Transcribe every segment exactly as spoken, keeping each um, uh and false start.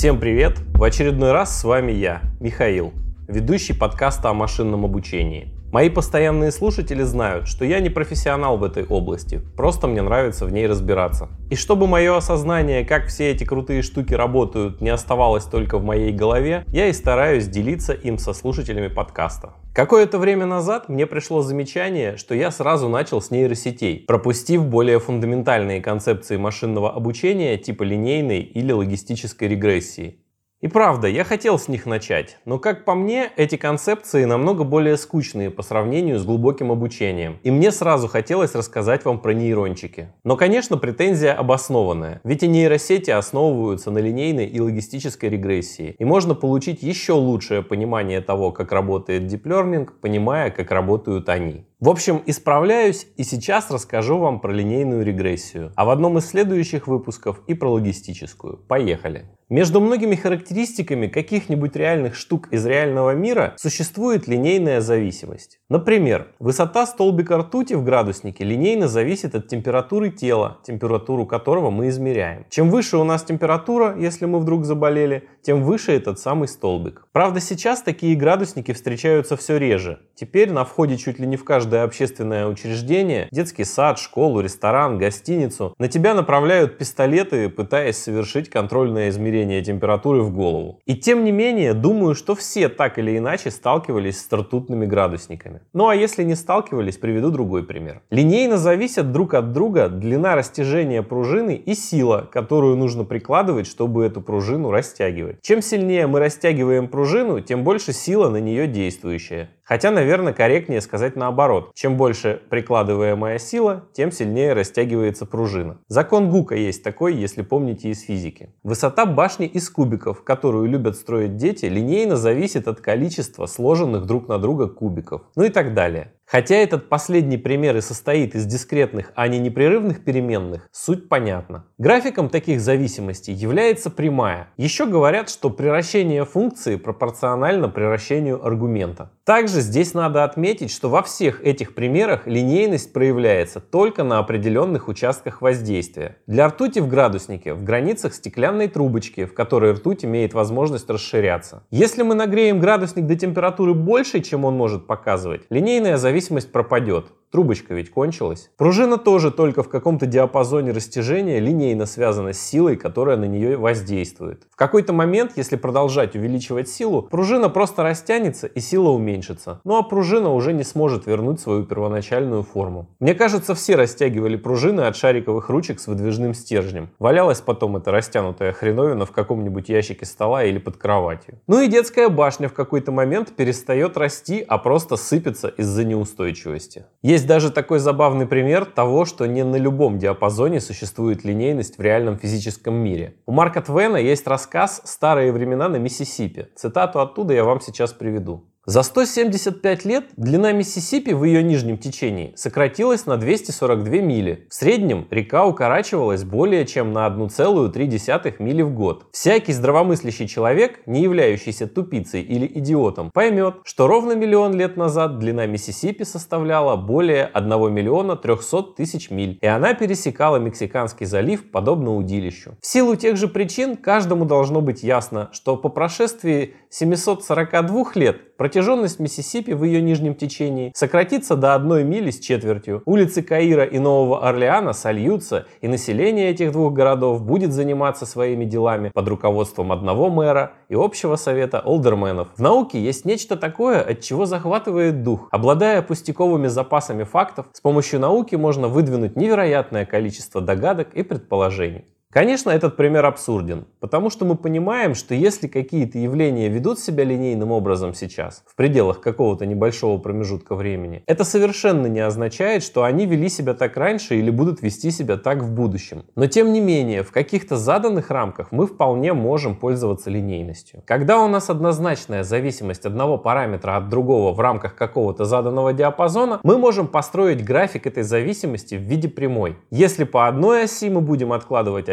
Всем привет! В очередной раз с вами я, Михаил, ведущий подкаста о машинном обучении. Мои постоянные слушатели знают, что я не профессионал в этой области, просто мне нравится в ней разбираться. И чтобы мое осознание, как все эти крутые штуки работают, не оставалось только в моей голове, я и стараюсь делиться им со слушателями подкаста. Какое-то время назад мне пришло замечание, что я сразу начал с нейросетей, пропустив более фундаментальные концепции машинного обучения типа линейной или логистической регрессии. И правда, я хотел с них начать, но, как по мне, эти концепции намного более скучные по сравнению с глубоким обучением. И мне сразу хотелось рассказать вам про нейрончики. Но, конечно, претензия обоснованная, ведь и нейросети основываются на линейной и логистической регрессии. И можно получить еще лучшее понимание того, как работает Deep Learning, понимая, как работают они. В общем, исправляюсь и сейчас расскажу вам про линейную регрессию, а в одном из следующих выпусков и про логистическую. Поехали! Между многими характеристиками каких-нибудь реальных штук из реального мира существует линейная зависимость. Например, высота столбика ртути в градуснике линейно зависит от температуры тела, температуру которого мы измеряем. Чем выше у нас температура, если мы вдруг заболели, тем выше этот самый столбик. Правда, сейчас такие градусники встречаются все реже. Теперь на входе чуть ли не в каждое общественное учреждение, детский сад, школу, ресторан, гостиницу, на тебя направляют пистолеты, пытаясь совершить контрольное измерение температуры в голову. И тем не менее, думаю, что все так или иначе сталкивались с ртутными градусниками. Ну а если не сталкивались, приведу другой пример. Линейно зависят друг от друга длина растяжения пружины и сила, которую нужно прикладывать, чтобы эту пружину растягивать. Чем сильнее мы растягиваем пружину, тем больше сила на нее действующая. Хотя, наверное, корректнее сказать наоборот. Чем больше прикладываемая сила, тем сильнее растягивается пружина. Закон Гука есть такой, если помните из физики. Высота башни из кубиков, которую любят строить дети, линейно зависит от количества сложенных друг на друга кубиков. Ну и так далее. Хотя этот последний пример и состоит из дискретных, а не непрерывных переменных, суть понятна. Графиком таких зависимостей является прямая. Еще говорят, что приращение функции пропорционально приращению аргумента. Также здесь надо отметить, что во всех этих примерах линейность проявляется только на определенных участках воздействия. Для ртути в градуснике в границах стеклянной трубочки, в которой ртуть имеет возможность расширяться. Если мы нагреем градусник до температуры большей, чем он может показывать, линейная зависимость пропадет. Трубочка ведь кончилась. Пружина тоже только в каком-то диапазоне растяжения линейно связана с силой, которая на нее воздействует. В какой-то момент, если продолжать увеличивать силу, пружина просто растянется и сила уменьшится. Ну а пружина уже не сможет вернуть свою первоначальную форму. Мне кажется, все растягивали пружины от шариковых ручек с выдвижным стержнем. Валялась потом эта растянутая хреновина в каком-нибудь ящике стола или под кроватью. Ну и детская башня в какой-то момент перестает расти, а просто сыпется из-за неустойчивости. Есть даже такой забавный пример того, что не на любом диапазоне существует линейность в реальном физическом мире. У Марка Твена есть рассказ «Старые времена на Миссисипи». Цитату оттуда я вам сейчас приведу. За сто семьдесят пять лет длина Миссисипи в ее нижнем течении сократилась на двести сорок две мили. В среднем река укорачивалась более чем на одна целая три десятых мили в год. Всякий здравомыслящий человек, не являющийся тупицей или идиотом, поймет, что ровно миллион лет назад длина Миссисипи составляла более одного миллиона трехсот тысяч миль, и она пересекала Мексиканский залив подобно удилищу. В силу тех же причин каждому должно быть ясно, что по прошествии семисот сорока двух лет протяженность Миссисипи в ее нижнем течении сократится до одной мили с четвертью. Улицы Каира и Нового Орлеана сольются, и население этих двух городов будет заниматься своими делами под руководством одного мэра и общего совета олдерменов. В науке есть нечто такое, от чего захватывает дух. Обладая пустяковыми запасами фактов, с помощью науки можно выдвинуть невероятное количество догадок и предположений. Конечно, этот пример абсурден, потому что мы понимаем, что если какие-то явления ведут себя линейным образом сейчас, в пределах какого-то небольшого промежутка времени, это совершенно не означает, что они вели себя так раньше или будут вести себя так в будущем. Но тем не менее, в каких-то заданных рамках мы вполне можем пользоваться линейностью. Когда у нас однозначная зависимость одного параметра от другого в рамках какого-то заданного диапазона, мы можем построить график этой зависимости в виде прямой. Если по одной оси мы будем откладывать один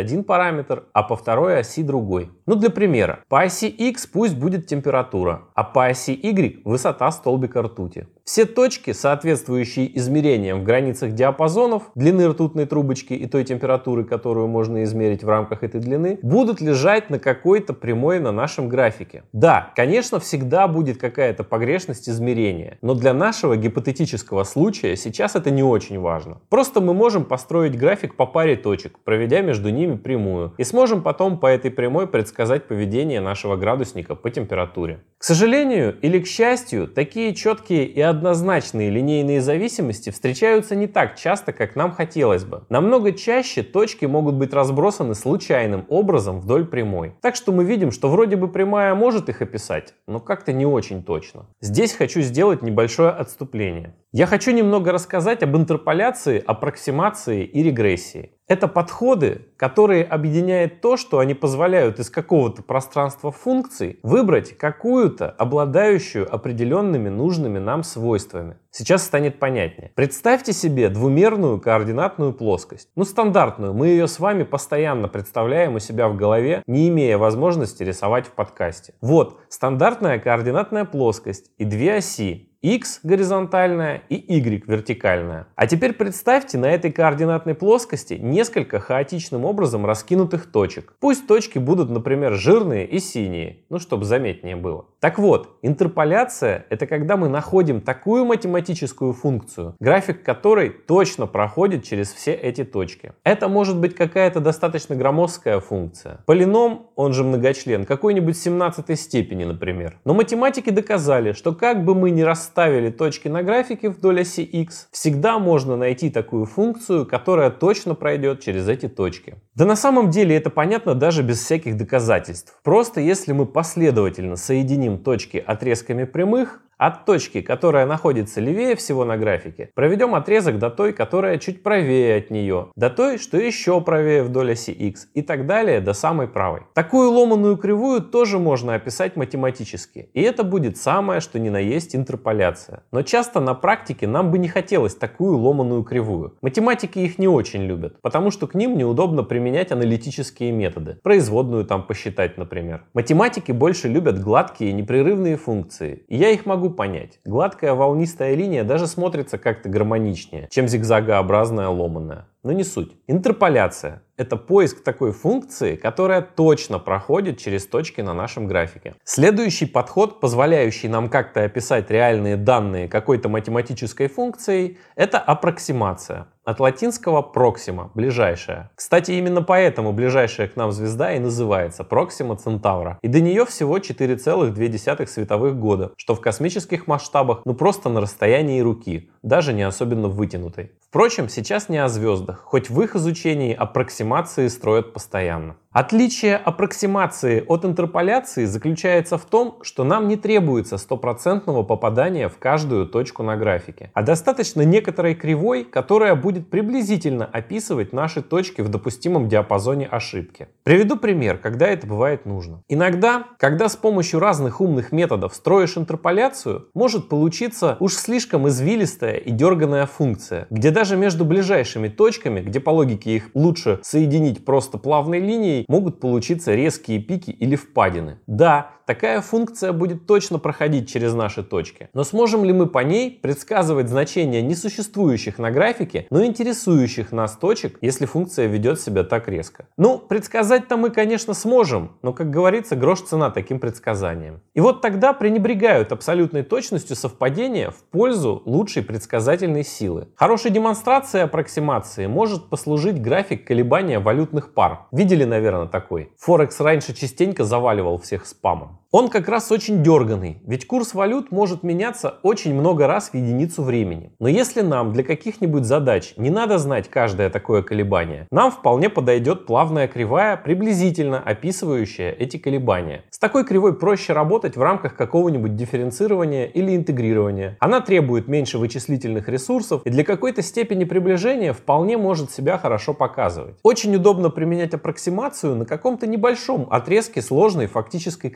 один параметр, а по второй оси другой. Ну, для примера, по оси X пусть будет температура, а по оси Y высота столбика ртути. Все точки, соответствующие измерениям в границах диапазонов длины ртутной трубочки и той температуры, которую можно измерить в рамках этой длины, будут лежать на какой-то прямой на нашем графике. Да, конечно, всегда будет какая-то погрешность измерения, но для нашего гипотетического случая сейчас это не очень важно. Просто мы можем построить график по паре точек, проведя между ними прямую, и сможем потом по этой прямой предсказать поведение нашего градусника по температуре. К сожалению или к счастью, такие четкие и однозначные линейные зависимости встречаются не так часто, как нам хотелось бы. Намного чаще точки могут быть разбросаны случайным образом вдоль прямой. Так что мы видим, что вроде бы прямая может их описать, но как-то не очень точно. Здесь хочу сделать небольшое отступление. Я хочу немного рассказать об интерполяции, аппроксимации и регрессии. Это подходы, которые объединяют то, что они позволяют из какого-то пространства функций выбрать какую-то обладающую определенными нужными нам свойствами. Сейчас станет понятнее. Представьте себе двумерную координатную плоскость. Ну, стандартную, мы ее с вами постоянно представляем у себя в голове, не имея возможности рисовать в подкасте. Вот, стандартная координатная плоскость и две оси. X горизонтальная и Y вертикальная. А теперь представьте на этой координатной плоскости несколько хаотичным образом раскинутых точек. Пусть точки будут, например, жирные и синие, ну чтобы заметнее было. Так вот, интерполяция — это когда мы находим такую математическую функцию, график которой точно проходит через все эти точки. Это может быть какая-то достаточно громоздкая функция. Полином, он же многочлен, какой-нибудь семнадцатой степени, например. Но математики доказали, что как бы мы ни расставили ставили точки на графике вдоль оси X, всегда можно найти такую функцию, которая точно пройдет через эти точки. Да на самом деле это понятно даже без всяких доказательств. Просто если мы последовательно соединим точки отрезками прямых, от точки, которая находится левее всего на графике, проведем отрезок до той, которая чуть правее от нее, до той, что еще правее вдоль оси X и так далее до самой правой. Такую ломаную кривую тоже можно описать математически, и это будет самое, что ни на есть интерполяция. Но часто на практике нам бы не хотелось такую ломаную кривую. Математики их не очень любят, потому что к ним неудобно применять аналитические методы, производную там посчитать, например. Математики больше любят гладкие непрерывные функции, и я их могу понять. Гладкая волнистая линия даже смотрится как-то гармоничнее, чем зигзагообразная ломаная. Но не суть. Интерполяция — это поиск такой функции, которая точно проходит через точки на нашем графике. Следующий подход, позволяющий нам как-то описать реальные данные какой-то математической функцией, это аппроксимация. От латинского proxima — ближайшая. Кстати, именно поэтому ближайшая к нам звезда и называется Proxima Centauri. И до нее всего четыре целых две десятых световых года, что в космических масштабах ну просто на расстоянии руки, даже не особенно вытянутой. Впрочем, сейчас не о звездах, хоть в их изучении аппроксимации строят постоянно. Отличие аппроксимации от интерполяции заключается в том, что нам не требуется стопроцентного попадания в каждую точку на графике, а достаточно некоторой кривой, которая будет приблизительно описывать наши точки в допустимом диапазоне ошибки. Приведу пример, когда это бывает нужно. Иногда, когда с помощью разных умных методов строишь интерполяцию, может получиться уж слишком извилистая и дерганая функция, где даже между ближайшими точками, где по логике их лучше соединить просто плавной линией, могут получиться резкие пики или впадины. Да, такая функция будет точно проходить через наши точки. Но сможем ли мы по ней предсказывать значения несуществующих на графике, но интересующих нас точек, если функция ведет себя так резко? Ну, предсказать-то мы, конечно, сможем, но, как говорится, грош цена таким предсказаниям. И вот тогда пренебрегают абсолютной точностью совпадения в пользу лучшей предсказательной силы. Хорошей демонстрацией аппроксимации может послужить график колебания валютных пар. Видели, наверное, такой? Форекс раньше частенько заваливал всех спамом. Он как раз очень дерганый, ведь курс валют может меняться очень много раз в единицу времени. Но если нам для каких-нибудь задач не надо знать каждое такое колебание, нам вполне подойдет плавная кривая, приблизительно описывающая эти колебания. С такой кривой проще работать в рамках какого-нибудь дифференцирования или интегрирования. Она требует меньше вычислительных ресурсов и для какой-то степени приближения вполне может себя хорошо показывать. Очень удобно применять аппроксимацию на каком-то небольшом отрезке сложной фактической кривой.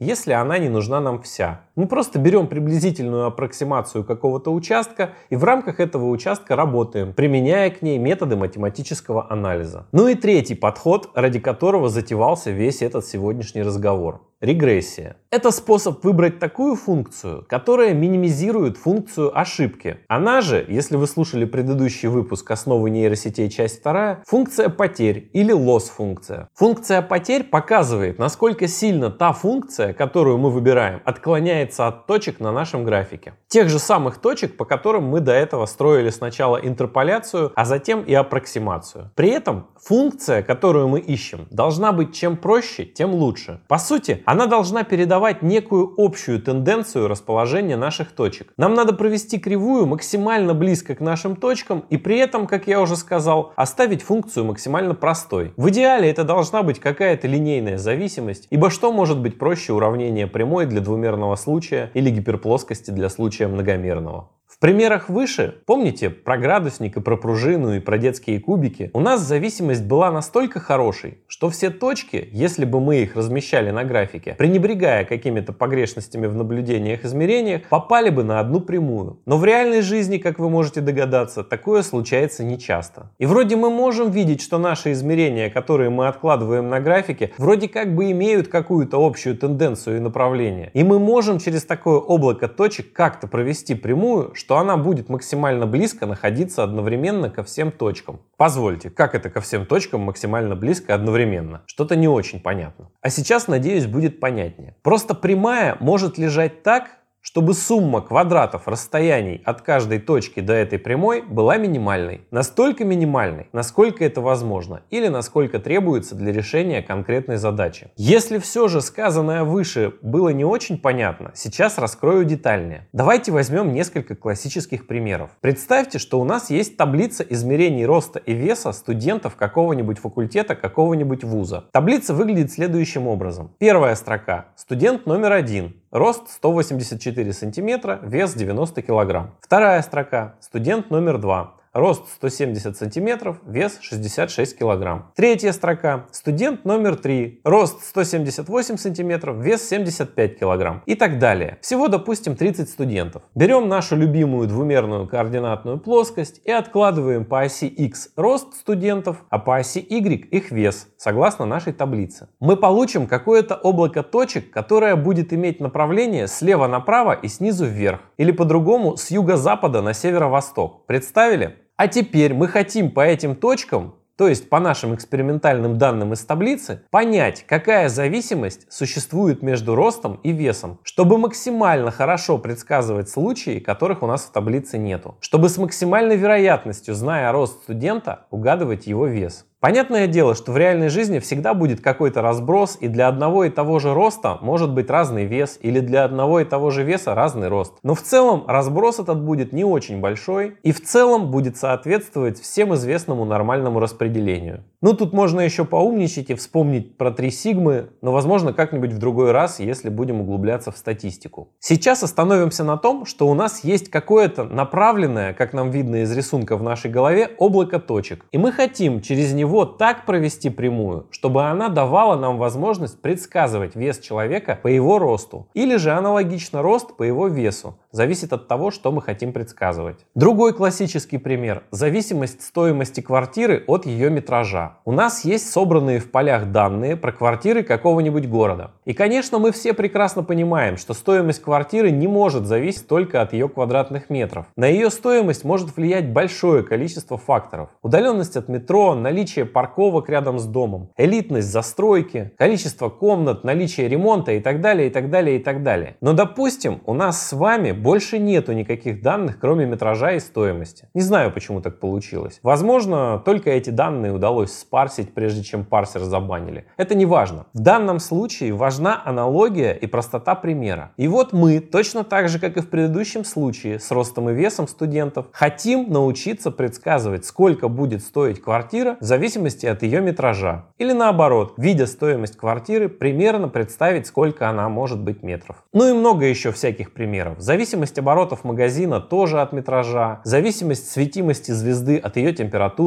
если она не нужна нам вся. Мы просто берем приблизительную аппроксимацию какого-то участка и в рамках этого участка работаем, применяя к ней методы математического анализа. Ну и третий подход, ради которого затевался весь этот сегодняшний разговор. Регрессия. Это способ выбрать такую функцию, которая минимизирует функцию ошибки. Она же, если вы слушали предыдущий выпуск «Основы нейросетей. Часть вторая», функция потерь или лосс-функция. Функция потерь показывает, насколько сильно та функция, которую мы выбираем, отклоняется от точек на нашем графике. Тех же самых точек, по которым мы до этого строили сначала интерполяцию, а затем и аппроксимацию. При этом функция, которую мы ищем, должна быть чем проще, тем лучше. По сути, она должна передавать некую общую тенденцию расположения наших точек. Нам надо провести кривую максимально близко к нашим точкам и при этом, как я уже сказал, оставить функцию максимально простой. В идеале это должна быть какая-то линейная зависимость, ибо что может быть проще уравнения прямой для двумерного случая или гиперплоскости для случая многомерного? В примерах выше, помните про градусник и про пружину и про детские кубики, у нас зависимость была настолько хорошей, что все точки, если бы мы их размещали на графике, пренебрегая какими-то погрешностями в наблюдениях и измерениях, попали бы на одну прямую. Но в реальной жизни, как вы можете догадаться, такое случается нечасто. И вроде мы можем видеть, что наши измерения, которые мы откладываем на графике, вроде как бы имеют какую-то общую тенденцию и направление. И мы можем через такое облако точек как-то провести прямую, что она будет максимально близко находиться одновременно ко всем точкам. Позвольте, как это ко всем точкам максимально близко одновременно? Что-то не очень понятно. А сейчас, надеюсь, будет понятнее. Просто прямая может лежать так, чтобы сумма квадратов расстояний от каждой точки до этой прямой была минимальной. Настолько минимальной, насколько это возможно, или насколько требуется для решения конкретной задачи. Если все же сказанное выше было не очень понятно, сейчас раскрою детальнее. Давайте возьмем несколько классических примеров. Представьте, что у нас есть таблица измерений роста и веса студентов какого-нибудь факультета, какого-нибудь вуза. Таблица выглядит следующим образом. Первая строка. Студент номер один. Рост сто восемьдесят четыре сантиметра, вес девяносто килограмм. Вторая строка. Студент номер два. Рост сто семьдесят сантиметров, вес шестьдесят шесть килограмм. Третья строка. Студент номер три. Рост сто семьдесят восемь сантиметров, вес семьдесят пять килограмм. И так далее. Всего, допустим, тридцать студентов. Берем нашу любимую двумерную координатную плоскость и откладываем по оси x рост студентов, а по оси y их вес, согласно нашей таблице. Мы получим какое-то облако точек, которое будет иметь направление слева направо и снизу вверх. Или по-другому, с юго-запада на северо-восток. Представили? А теперь мы хотим по этим точкам, то есть по нашим экспериментальным данным из таблицы, понять, какая зависимость существует между ростом и весом, чтобы максимально хорошо предсказывать случаи, которых у нас в таблице нету, чтобы с максимальной вероятностью, зная рост студента, угадывать его вес. Понятное дело, что в реальной жизни всегда будет какой-то разброс, и для одного и того же роста может быть разный вес, или для одного и того же веса разный рост. Но в целом разброс этот будет не очень большой, и в целом будет соответствовать всем известному нормальному распределению. Ну, тут можно еще поумничать и вспомнить про три сигмы, но, возможно, как-нибудь в другой раз, если будем углубляться в статистику. Сейчас остановимся на том, что у нас есть какое-то направленное, как нам видно из рисунка в нашей голове, облако точек. И мы хотим через него вот так провести прямую, чтобы она давала нам возможность предсказывать вес человека по его росту. Или же аналогично рост по его весу. Зависит от того, что мы хотим предсказывать. Другой классический пример. Зависимость стоимости квартиры от ее метража. У нас есть собранные в полях данные про квартиры какого-нибудь города. И, конечно, мы все прекрасно понимаем, что стоимость квартиры не может зависеть только от ее квадратных метров. На ее стоимость может влиять большое количество факторов. Удаленность от метро, наличие парковок рядом с домом, элитность застройки, количество комнат, наличие ремонта и так далее, и так далее, и так далее. Но, допустим, у нас с вами больше нету никаких данных, кроме метража и стоимости. Не знаю, почему так получилось. Возможно, только эти данные удалось спарсить, прежде чем парсер забанили. Это не важно. В данном случае важна аналогия и простота примера. И вот мы, точно так же, как и в предыдущем случае с ростом и весом студентов, хотим научиться предсказывать, сколько будет стоить квартира в зависимости от ее метража. Или наоборот, видя стоимость квартиры, примерно представить, сколько она может быть метров. Ну и много еще всяких примеров. Зависимость оборотов магазина тоже от метража, зависимость светимости звезды от ее температуры,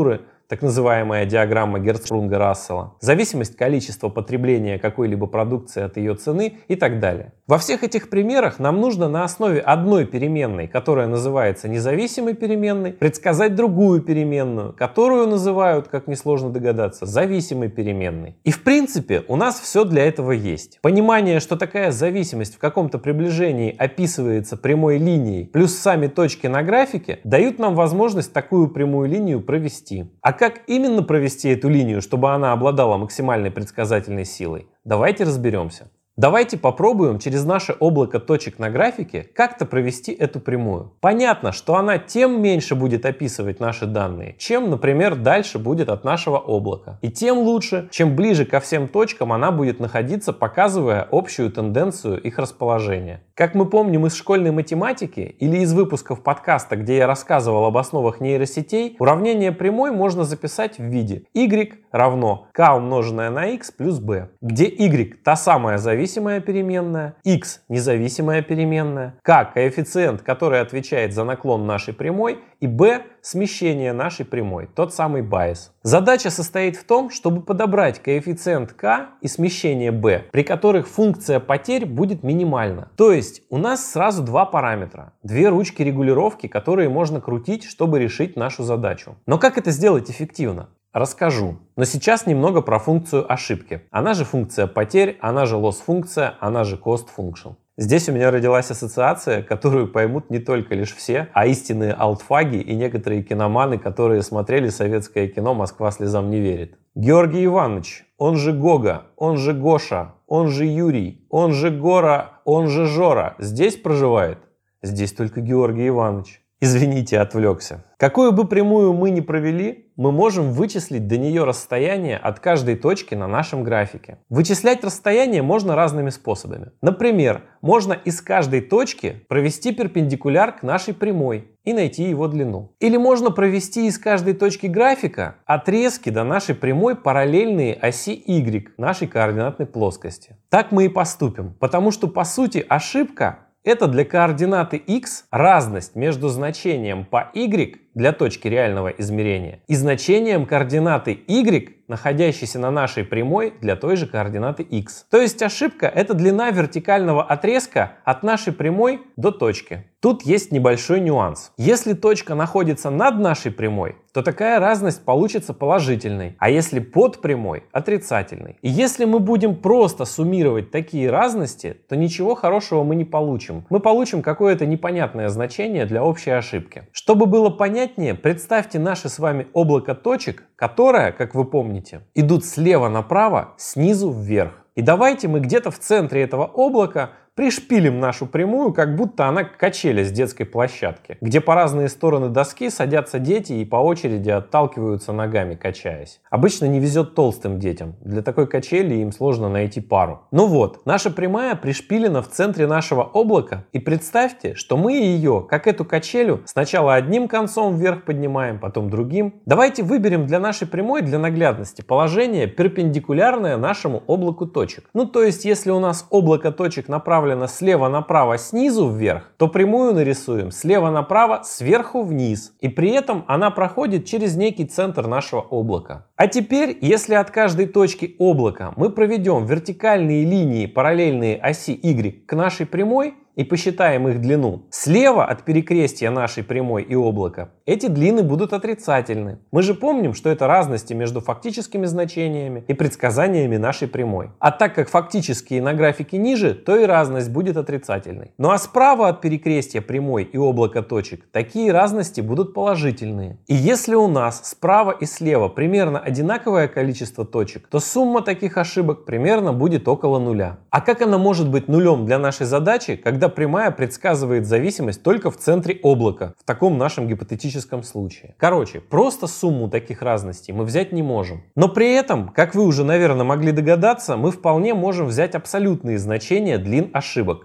так называемая диаграмма Герцспрунга-Рассела, зависимость количества потребления какой-либо продукции от ее цены и так далее. Во всех этих примерах нам нужно на основе одной переменной, которая называется независимой переменной, предсказать другую переменную, которую называют, как несложно догадаться, зависимой переменной. И в принципе у нас все для этого есть. Понимание, что такая зависимость в каком-то приближении описывается прямой линией, плюс сами точки на графике, дают нам возможность такую прямую линию провести. А как именно провести эту линию, чтобы она обладала максимальной предсказательной силой? Давайте разберемся. Давайте попробуем через наше облако точек на графике как-то провести эту прямую. Понятно, что она тем меньше будет описывать наши данные, чем, например, дальше будет от нашего облака. И тем лучше, чем ближе ко всем точкам она будет находиться, показывая общую тенденцию их расположения. Как мы помним из школьной математики или из выпусков подкаста, где я рассказывал об основах нейросетей, уравнение прямой можно записать в виде y равно k умноженное на x плюс b, где y та самая зависимая переменная, x независимая переменная, k коэффициент, который отвечает за наклон нашей прямой, и b смещение нашей прямой, тот самый байс. Задача состоит в том, чтобы подобрать коэффициент k и смещение b, при которых функция потерь будет минимальна. То есть у нас сразу два параметра, две ручки регулировки, которые можно крутить, чтобы решить нашу задачу. Но как это сделать эффективно? Расскажу. Но сейчас немного про функцию ошибки. Она же функция потерь, она же loss-функция, она же cost-function. Здесь у меня родилась ассоциация, которую поймут не только лишь все, а истинные алтфаги и некоторые киноманы, которые смотрели советское кино «Москва слезам не верит». Георгий Иванович, он же Гога, он же Гоша, он же Юрий, он же Гора, он же Жора, здесь проживает? Здесь только Георгий Иванович. Извините, отвлекся. Какую бы прямую мы ни провели, мы можем вычислить до нее расстояние от каждой точки на нашем графике. Вычислять расстояние можно разными способами. Например, можно из каждой точки провести перпендикуляр к нашей прямой и найти его длину. Или можно провести из каждой точки графика отрезки до нашей прямой, параллельные оси y, нашей координатной плоскости. Так мы и поступим, потому что по сути ошибка — это для координаты x разность между значением по y для точки реального измерения и значением координаты y, находящейся на нашей прямой для той же координаты x. То есть ошибка — это длина вертикального отрезка от нашей прямой до точки. Тут есть небольшой нюанс. Если точка находится над нашей прямой, то такая разность получится положительной, а если под прямой — отрицательной. И если мы будем просто суммировать такие разности, то ничего хорошего мы не получим. Мы получим какое-то непонятное значение для общей ошибки. Чтобы было понятнее, представьте наше с вами облако точек, которое, как вы помните, идут слева направо, снизу вверх. И давайте мы где-то в центре этого облака пришпилим нашу прямую, как будто она качели с детской площадки, где по разные стороны доски садятся дети и по очереди отталкиваются ногами, качаясь. Обычно не везет толстым детям. Для такой качели им сложно найти пару. Ну вот, наша прямая пришпилена в центре нашего облака, и представьте, что мы ее, как эту качелю, сначала одним концом вверх поднимаем, потом другим. Давайте выберем для нашей прямой, для наглядности, положение перпендикулярное нашему облаку точек. Ну то есть, если у нас облако точек направлено слева направо, снизу вверх, то прямую нарисуем слева направо, сверху вниз. И при этом она проходит через некий центр нашего облака. А теперь, если от каждой точки облака мы проведем вертикальные линии, параллельные оси y к нашей прямой, и посчитаем их длину, слева от перекрестия нашей прямой и облака эти длины будут отрицательны. Мы же помним, что это разности между фактическими значениями и предсказаниями нашей прямой. А так как фактические на графике ниже, то и разность будет отрицательной. Ну а справа от перекрестия прямой и облака точек такие разности будут положительные. И если у нас справа и слева примерно одинаковое количество точек, то сумма таких ошибок примерно будет около нуля. А как она может быть нулем для нашей задачи, когда прямая предсказывает зависимость только в центре облака, в таком нашем гипотетическом случае? Короче, просто сумму таких разностей мы взять не можем. Но при этом, как вы уже, наверное, могли догадаться, мы вполне можем взять абсолютные значения длин ошибок.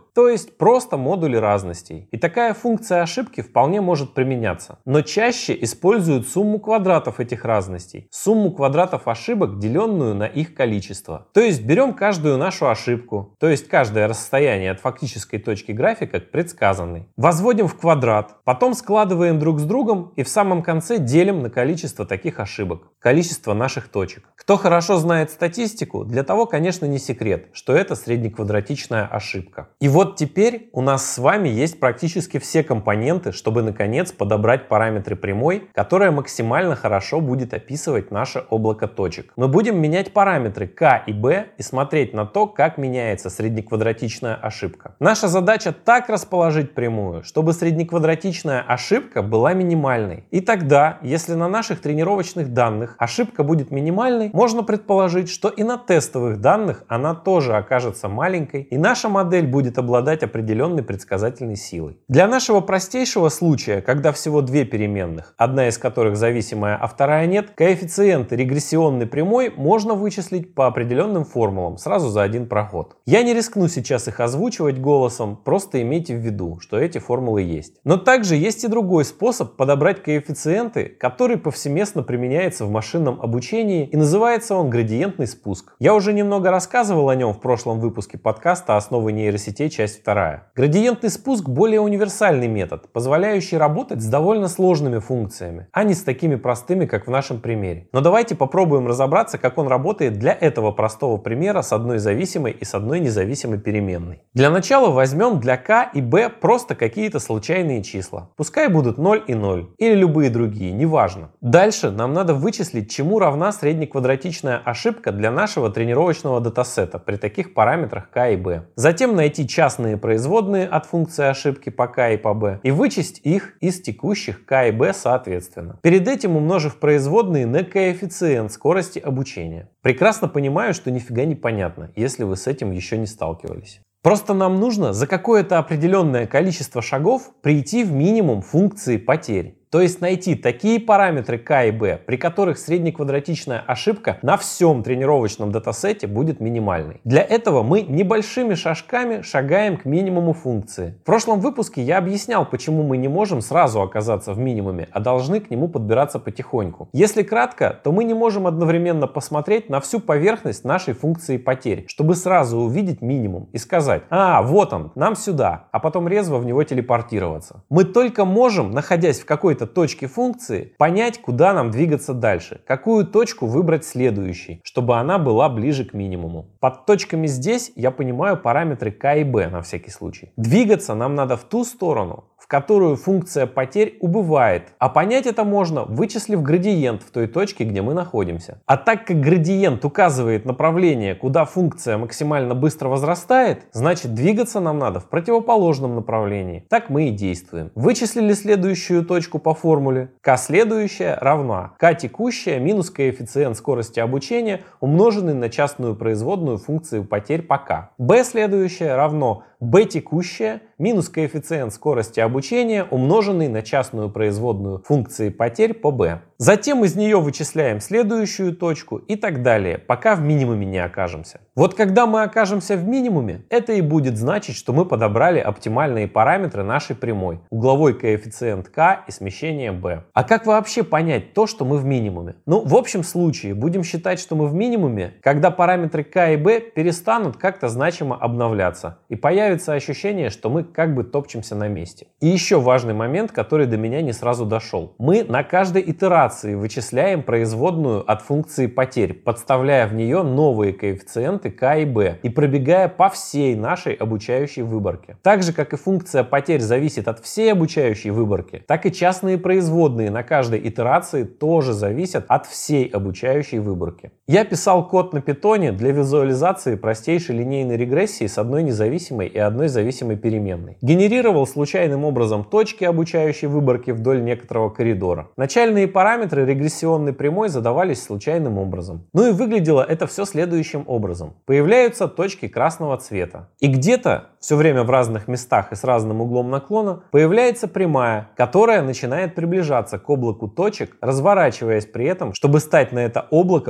то есть просто модули разностей. И такая функция ошибки вполне может применяться. Но чаще используют сумму квадратов этих разностей, сумму квадратов ошибок, деленную на их количество. То есть берем каждую нашу ошибку, то есть каждое расстояние от фактической точки графика к предсказанной, возводим в квадрат, потом складываем друг с другом и в самом конце делим на количество таких ошибок, количество наших точек. Кто хорошо знает статистику, для того, конечно, не секрет, что это среднеквадратичная ошибка. И вот теперь у нас с вами есть практически все компоненты, чтобы наконец подобрать параметры прямой, которая максимально хорошо будет описывать наше облако точек. Мы будем менять параметры k и b и смотреть на то, как меняется среднеквадратичная ошибка. Наша задача так расположить прямую, чтобы среднеквадратичная ошибка была минимальной. И тогда, если на наших тренировочных данных ошибка будет минимальной, можно предположить, что и на тестовых данных она тоже окажется маленькой, и наша модель будет обладать определенной предсказательной силой. Для нашего простейшего случая, когда всего две переменных, одна из которых зависимая, а вторая нет, коэффициенты регрессионной прямой можно вычислить по определенным формулам сразу за один проход. Я не рискну сейчас их озвучивать голосом, просто имейте в виду, что эти формулы есть. Но также есть и другой способ подобрать коэффициенты, который повсеместно применяется в машинном обучении, и называется он градиентный спуск. Я уже немного рассказывал о нем в прошлом выпуске подкаста «Основы нейросетей. Часть вторая». Градиентный спуск более универсальный метод, позволяющий работать с довольно сложными функциями, а не с такими простыми, как в нашем примере. Но давайте попробуем разобраться, как он работает для этого простого примера с одной зависимой и с одной независимой переменной. Для начала возьмем для k и b просто какие-то случайные числа. Пускай будут ноль и ноль, или любые другие, неважно. Дальше нам надо вычислить, чему равна среднеквадратичная ошибка для нашего тренировочного датасета при таких параметрах k и b. Затем найти частные производные от функции ошибки по k и по b и вычесть их из текущих k и b соответственно. Перед этим умножив производные на коэффициент скорости обучения. Прекрасно понимаю, что нифига не понятно, если вы с этим еще не сталкивались. Просто нам нужно за какое-то определенное количество шагов прийти в минимум функции потерь. То есть найти такие параметры k и b, при которых среднеквадратичная ошибка на всем тренировочном датасете будет минимальной. Для этого мы небольшими шажками шагаем к минимуму функции. В прошлом выпуске я объяснял, почему мы не можем сразу оказаться в минимуме, а должны к нему подбираться потихоньку. Если кратко, то мы не можем одновременно посмотреть на всю поверхность нашей функции потерь, чтобы сразу увидеть минимум и сказать: а, вот он, нам сюда, а потом резво в него телепортироваться. Мы только можем, находясь в какой-то точки функции, понять, куда нам двигаться дальше, какую точку выбрать следующей, чтобы она была ближе к минимуму. Под точками здесь я понимаю параметры k и b на всякий случай. Двигаться нам надо в ту сторону, в которую функция потерь убывает, а понять это можно, вычислив градиент в той точке, где мы находимся. А так как градиент указывает направление, куда функция максимально быстро возрастает, значит двигаться нам надо в противоположном направлении. Так мы и действуем. Вычислили следующую точку по формуле. K следующая равна k текущая минус коэффициент скорости обучения, умноженный на частную производную функции потерь по k. B следующая равно b текущая минус коэффициент скорости обучения, умноженный на частную производную функции потерь по b. Затем из нее вычисляем следующую точку и так далее, пока в минимуме не окажемся. Вот когда мы окажемся в минимуме, это и будет значить, что мы подобрали оптимальные параметры нашей прямой, угловой коэффициент k и смещение b. А как вообще понять то, что мы в минимуме? Ну, в общем случае, будем считать, что мы в минимуме, когда параметры k и b перестанут как-то значимо обновляться, и появится ощущение, что мы как бы топчемся на месте. И еще важный момент, который до меня не сразу дошел. Мы на каждой итерации вычисляем производную от функции потерь, подставляя в нее новые коэффициенты k и b и пробегая по всей нашей обучающей выборке. Так же, как и функция потерь зависит от всей обучающей выборки, так и частные производные на каждой итерации тоже зависят от всей обучающей выборки. Я писал код на питоне для визуализации простейшей линейной регрессии с одной независимой и одной зависимой переменной. Генерировал случайным образом точки обучающей выборки вдоль некоторого коридора. Начальные параметры регрессионной прямой задавались случайным образом. Ну и выглядело это все следующим образом. Появляются точки красного цвета. И где-то, все время в разных местах и с разным углом наклона, появляется прямая, которая начинает приближаться к облаку точек, разворачиваясь при этом, чтобы стать на это облако похожей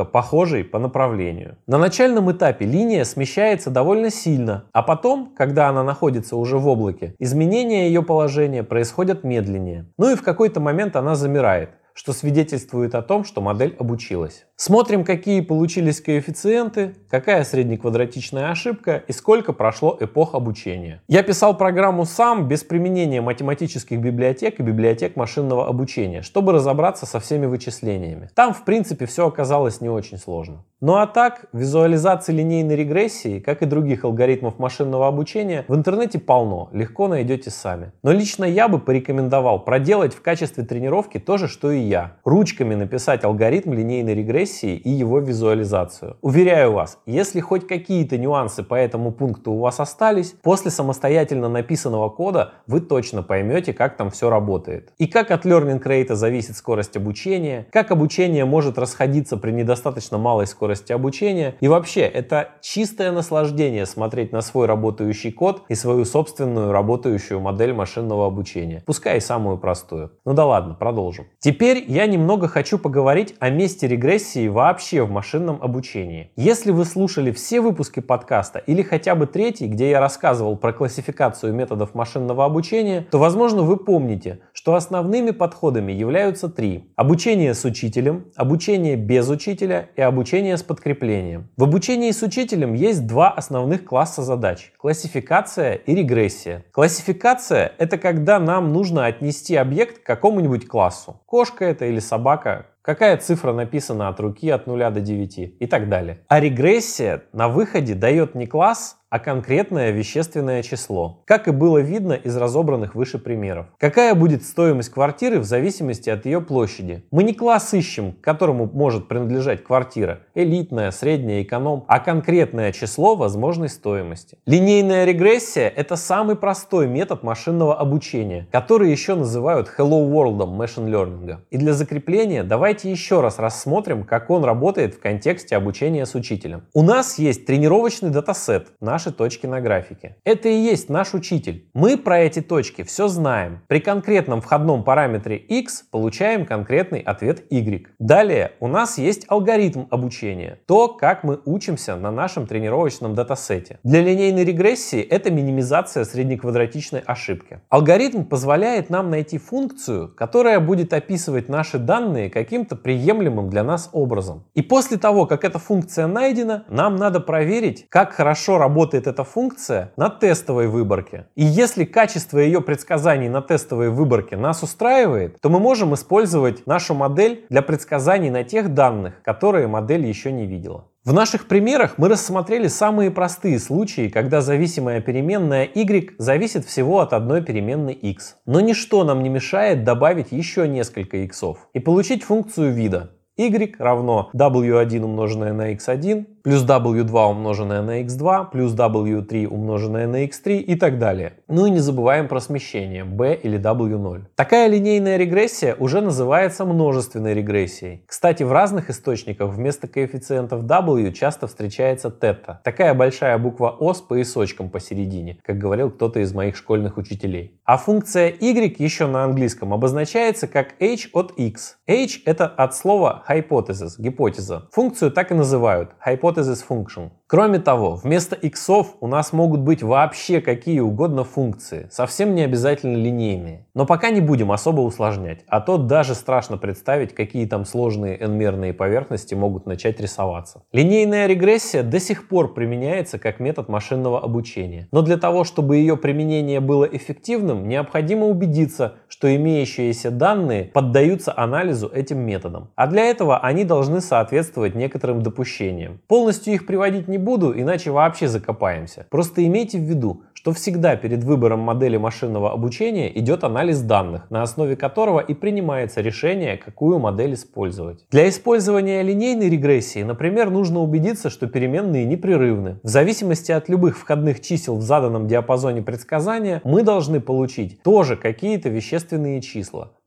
похожей по направлению. На начальном этапе линия смещается довольно сильно, а потом, когда она находится уже в облаке, изменения ее положения происходят медленнее. Ну и в какой-то момент она замирает, что свидетельствует о том, что модель обучилась. Смотрим, какие получились коэффициенты, какая среднеквадратичная ошибка и сколько прошло эпох обучения. Я писал программу сам, без применения математических библиотек и библиотек машинного обучения, чтобы разобраться со всеми вычислениями. Там, в принципе, все оказалось не очень сложно. Ну а так, визуализации линейной регрессии, как и других алгоритмов машинного обучения, в интернете полно, легко найдете сами. Но лично я бы порекомендовал проделать в качестве тренировки то же, что и я. Ручками написать алгоритм линейной регрессии и его визуализацию. Уверяю вас, если хоть какие-то нюансы по этому пункту у вас остались, после самостоятельно написанного кода вы точно поймете, как там все работает. И как от learning rate зависит скорость обучения, как обучение может расходиться при недостаточно малой скорости обучения. И вообще, это чистое наслаждение смотреть на свой работающий код и свою собственную работающую модель машинного обучения. Пускай и самую простую. Ну да ладно, продолжим. Теперь я немного хочу поговорить о месте регрессии вообще в машинном обучении. Если вы слушали все выпуски подкаста или хотя бы третий, где я рассказывал про классификацию методов машинного обучения, то, возможно, вы помните, что основными подходами являются три: обучение с учителем, обучение без учителя и обучение с подкреплением. В обучении с учителем есть два основных класса задач: классификация и регрессия. Классификация — это когда нам нужно отнести объект к какому-нибудь классу. Кошка это или собака, какая цифра написана от руки от нуля до девяти и так далее. А регрессия на выходе дает не класс, а конкретное вещественное число, как и было видно из разобранных выше примеров. Какая будет стоимость квартиры в зависимости от ее площади? Мы не класс ищем, к которому может принадлежать квартира, элитная, средняя, эконом, а конкретное число возможной стоимости. Линейная регрессия — это самый простой метод машинного обучения, который еще называют Hello World Machine Learning. И для закрепления давайте еще раз рассмотрим, как он работает в контексте обучения с учителем. У нас есть тренировочный датасет, наш наши точки на графике. Это и есть наш учитель. Мы про эти точки все знаем. При конкретном входном параметре x получаем конкретный ответ y. Далее у нас есть алгоритм обучения. То, как мы учимся на нашем тренировочном датасете. Для линейной регрессии это минимизация среднеквадратичной ошибки. Алгоритм позволяет нам найти функцию, которая будет описывать наши данные каким-то приемлемым для нас образом. И после того, как эта функция найдена, нам надо проверить, как хорошо работает эта функция на тестовой выборке. И если качество ее предсказаний на тестовой выборке нас устраивает, то мы можем использовать нашу модель для предсказаний на тех данных, которые модель еще не видела. В наших примерах мы рассмотрели самые простые случаи, когда зависимая переменная y зависит всего от одной переменной x. Но ничто нам не мешает добавить еще несколько иксов и получить функцию вида. Y равно дабл ю один умноженное на икс один, плюс дабл ю два умноженное на икс два, плюс дабл ю три умноженное на икс три и так далее. Ну и не забываем про смещение b или дабл ю ноль. Такая линейная регрессия уже называется множественной регрессией. Кстати, в разных источниках вместо коэффициентов w часто встречается тета. Такая большая буква O с поясочком посередине, как говорил кто-то из моих школьных учителей. А функция y еще на английском обозначается как h от x. H — это от слова hypothesis, гипотеза. Функцию так и называют hypothesis function. Кроме того, вместо иксов у нас могут быть вообще какие угодно функции, совсем не обязательно линейные. Но пока не будем особо усложнять, а то даже страшно представить, какие там сложные n-мерные поверхности могут начать рисоваться. Линейная регрессия до сих пор применяется как метод машинного обучения. Но для того, чтобы ее применение было эффективным, необходимо убедиться, что имеющиеся данные поддаются анализу этим методом. А для этого они должны соответствовать некоторым допущениям. Полностью их приводить не буду, иначе вообще закопаемся. Просто имейте в виду, что всегда перед выбором модели машинного обучения идет анализ данных, на основе которого и принимается решение, какую модель использовать. Для использования линейной регрессии, например, нужно убедиться, что переменные непрерывны. В зависимости от любых входных чисел в заданном диапазоне предсказания мы должны получить тоже какие-то вещественные числа.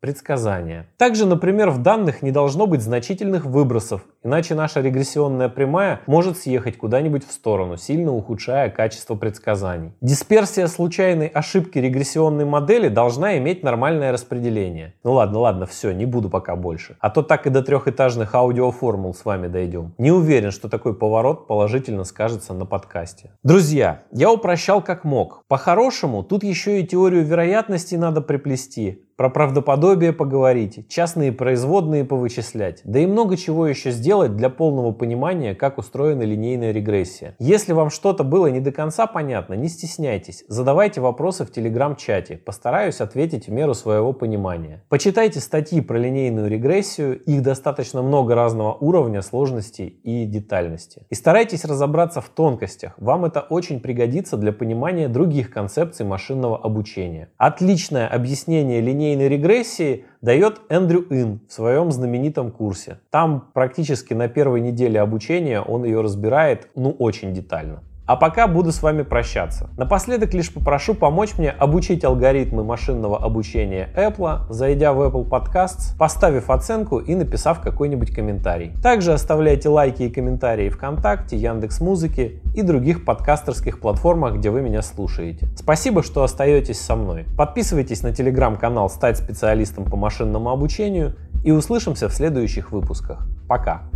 предсказания. Также, например, в данных не должно быть значительных выбросов, иначе наша регрессионная прямая может съехать куда-нибудь в сторону, сильно ухудшая качество предсказаний. Дисперсия случайной ошибки регрессионной модели должна иметь нормальное распределение. Ну ладно, ладно, все, не буду пока больше. А то так и до трехэтажных аудиоформул с вами дойдем. Не уверен, что такой поворот положительно скажется на подкасте. Друзья, я упрощал как мог. По-хорошему, тут еще и теорию вероятности надо приплести. Про правдоподобие поговорить, частные производные повычислять, да и много чего еще сделать для полного понимания, как устроена линейная регрессия. Если вам что-то было не до конца понятно, не стесняйтесь, задавайте вопросы в телеграм-чате, постараюсь ответить в меру своего понимания. Почитайте статьи про линейную регрессию, их достаточно много разного уровня сложности и детальности. И старайтесь разобраться в тонкостях, вам это очень пригодится для понимания других концепций машинного обучения. Отличное объяснение линейной линейной регрессии дает Эндрю Ин в своем знаменитом курсе. Там практически на первой неделе обучения он ее разбирает, ну, очень детально. А пока буду с вами прощаться. Напоследок лишь попрошу помочь мне обучить алгоритмы машинного обучения Apple, зайдя в Apple Podcasts, поставив оценку и написав какой-нибудь комментарий. Также оставляйте лайки и комментарии ВКонтакте, Яндекс.Музыке и других подкастерских платформах, где вы меня слушаете. Спасибо, что остаетесь со мной. Подписывайтесь на телеграм-канал «Стать специалистом по машинному обучению» и услышимся в следующих выпусках. Пока!